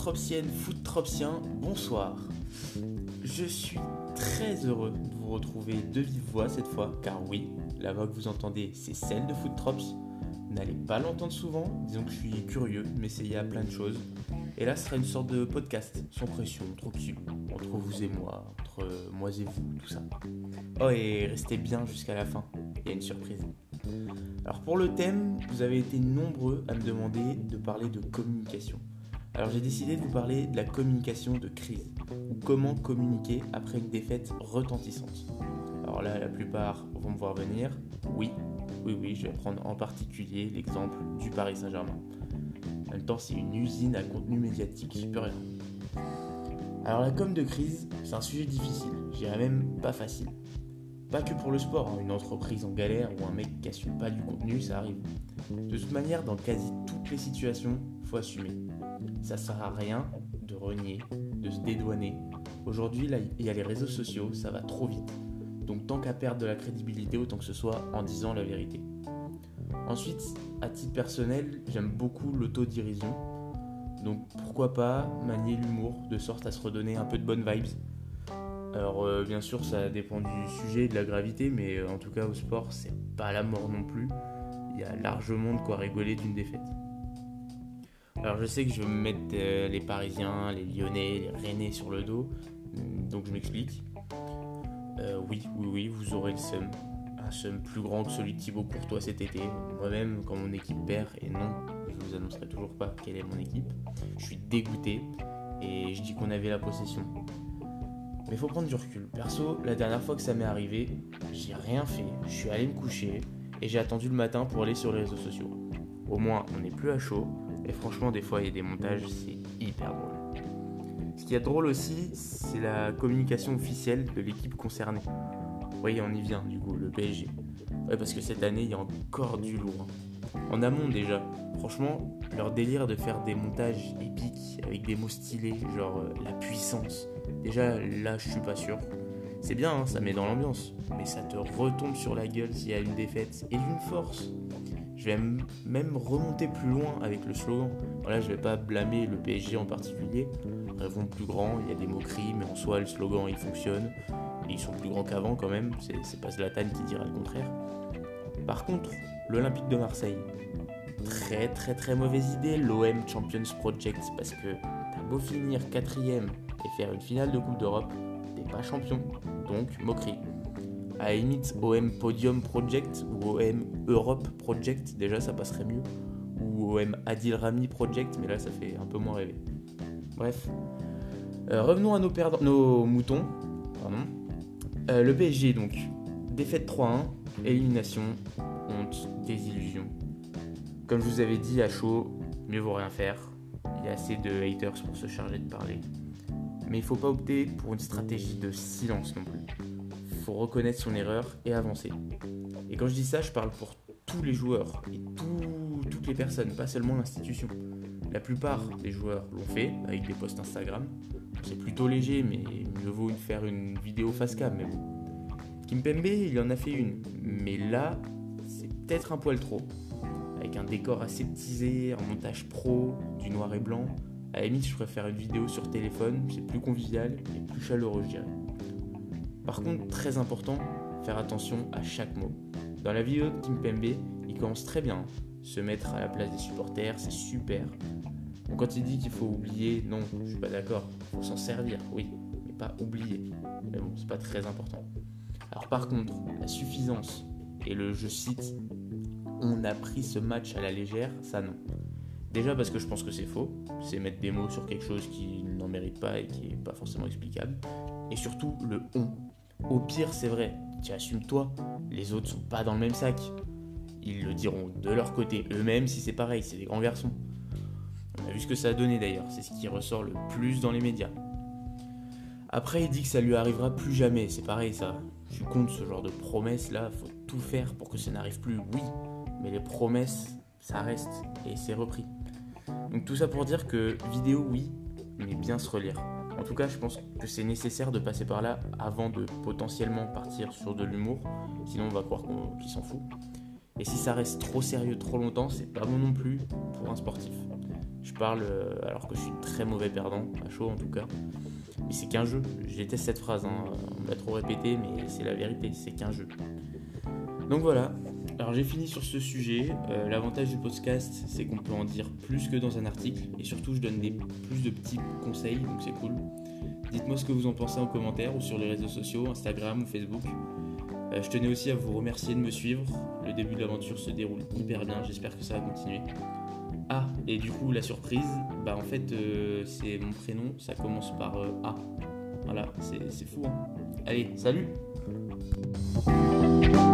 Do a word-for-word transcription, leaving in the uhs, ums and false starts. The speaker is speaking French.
Footropsienne, Footropsien, bonsoir. Je suis très heureux de vous retrouver de vive voix cette fois, car oui, la voix que vous entendez, c'est celle de Foottrops. Vous n'allez pas l'entendre souvent, disons que je suis curieux de m'essayer à plein de choses. Et là, ce sera une sorte de podcast, sans pression, tranquille, entre vous et moi, entre moi et vous, tout ça. Oh, et restez bien jusqu'à la fin, il y a une surprise. Alors pour le thème, vous avez été nombreux à me demander de parler de communication. Alors j'ai décidé de vous parler de la communication de crise, ou comment communiquer après une défaite retentissante. Alors là, la plupart vont me voir venir, oui, oui, oui, je vais prendre en particulier l'exemple du Paris Saint-Germain. En même temps, c'est une usine à contenu médiatique, j'y peux rien. Alors la com de crise, c'est un sujet difficile, je dirais même pas facile. Pas que pour le sport, hein. Une entreprise en galère ou un mec qui assume pas du contenu, ça arrive. De toute manière, dans quasi toutes les situations, faut assumer. Ça sert à rien de renier, de se dédouaner. Aujourd'hui, là, il y a les réseaux sociaux, ça va trop vite. Donc tant qu'à perdre de la crédibilité, autant que ce soit en disant la vérité. Ensuite, à titre personnel, j'aime beaucoup l'autodérision. Donc pourquoi pas manier l'humour de sorte à se redonner un peu de bonnes vibes. Alors euh, bien sûr ça dépend du sujet et de la gravité, mais euh, en tout cas au sport c'est pas la mort non plus. Il y a largement de quoi rigoler d'une défaite. Alors je sais que je vais me mettre euh, les Parisiens, les Lyonnais, les Rennais sur le dos, donc je m'explique. Euh, oui, oui, oui, vous aurez le seum. Un seum plus grand que celui de Thibaut Courtois cet été. Moi-même, quand mon équipe perd, et non, je vous annoncerai toujours pas quelle est mon équipe, je suis dégoûté et je dis qu'on avait la possession. Mais faut prendre du recul. Perso, la dernière fois que ça m'est arrivé, j'ai rien fait, je suis allé me coucher et j'ai attendu le matin pour aller sur les réseaux sociaux. Au moins, on n'est plus à chaud et franchement, des fois, il y a des montages, c'est hyper drôle. Ce qui est drôle aussi, c'est la communication officielle de l'équipe concernée. Oui, on y vient du coup, le P S G. Ouais, parce que cette année, il y a encore du lourd. En amont déjà, franchement, leur délire de faire des montages épiques avec des mots stylés, genre euh, la puissance. Déjà, là, je suis pas sûr. C'est bien, hein, ça met dans l'ambiance, mais ça te retombe sur la gueule s'il y a une défaite, et d'une force. Je vais m- même remonter plus loin avec le slogan. Voilà, je vais pas blâmer le P S G en particulier. Rêvons plus grand, il y a des moqueries, mais en soi, le slogan, il fonctionne. Et ils sont plus grands qu'avant quand même, c'est, c'est pas Zlatan qui dira le contraire. Par contre, l'Olympique de Marseille, très très très mauvaise idée, l'O M Champions Project, parce que t'as beau finir quatrième et faire une finale de Coupe d'Europe, t'es pas champion, donc moquerie. À la limite, O M Podium Project ou O M Europe Project, déjà ça passerait mieux, ou O M Adil Rami Project, mais là ça fait un peu moins rêver. Bref, euh, revenons à nos, perdants, nos moutons. Pardon. Euh, le P S G donc, défaite trois un, élimination, honte, désillusion. Comme je vous avais dit à chaud, mieux vaut rien faire. Il y a assez de haters pour se charger de parler. Mais il ne faut pas opter pour une stratégie de silence non plus. Il faut reconnaître son erreur et avancer. Et quand je dis ça, je parle pour tous les joueurs et tout, toutes les personnes, pas seulement l'institution. La plupart des joueurs l'ont fait avec des posts Instagram. C'est plutôt léger, mais mieux vaut faire une vidéo face cam. Mais bon. Kimpembe, il en a fait une. Mais là, c'est peut-être un poil trop. Avec un décor aseptisé, un montage pro, du noir et blanc. À la limite, je préfère une vidéo sur téléphone, c'est plus convivial et plus chaleureux, je dirais. Par contre, très important, faire attention à chaque mot. Dans la vidéo de Kimpembe, il commence très bien. Se mettre à la place des supporters, c'est super. Bon, quand il dit qu'il faut oublier, non, je suis pas d'accord. Il faut s'en servir, oui, mais pas oublier. Mais bon, c'est pas très important. Alors par contre, la suffisance et le, je cite, on a pris ce match à la légère, ça non. Déjà parce que je pense que c'est faux, c'est mettre des mots sur quelque chose qui n'en mérite pas et qui n'est pas forcément explicable. Et surtout le on. Au pire, c'est vrai, tu assumes toi, les autres sont pas dans le même sac. Ils le diront de leur côté eux-mêmes si c'est pareil, c'est des grands garçons. On a vu ce que ça a donné d'ailleurs, c'est ce qui ressort le plus dans les médias. Après, il dit que ça lui arrivera plus jamais, c'est pareil ça. Je suis contre ce genre de promesses là, faut tout faire pour que ça n'arrive plus, oui. Mais les promesses, ça reste et c'est repris. Donc tout ça pour dire que vidéo oui, mais bien se relire. En tout cas, je pense que c'est nécessaire de passer par là avant de potentiellement partir sur de l'humour, sinon on va croire qu'on, qu'il s'en fout. Et si ça reste trop sérieux trop longtemps, c'est pas bon non plus pour un sportif. Je parle euh, alors que je suis très mauvais perdant, à chaud en tout cas. Mais c'est qu'un jeu, je déteste cette phrase, hein. On me l'a trop répété, mais c'est la vérité, c'est qu'un jeu. Donc voilà, alors j'ai fini sur ce sujet. Euh, l'avantage du podcast, c'est qu'on peut en dire plus que dans un article, et surtout je donne des, plus de petits conseils, donc c'est cool. Dites-moi ce que vous en pensez en commentaire ou sur les réseaux sociaux, Instagram ou Facebook. Euh, je tenais aussi à vous remercier de me suivre. Le début de l'aventure se déroule hyper bien, j'espère que ça va continuer. Ah, et du coup, la surprise, bah en fait, euh, c'est mon prénom, ça commence par euh, A. Voilà, c'est, c'est fou, hein. Allez, salut!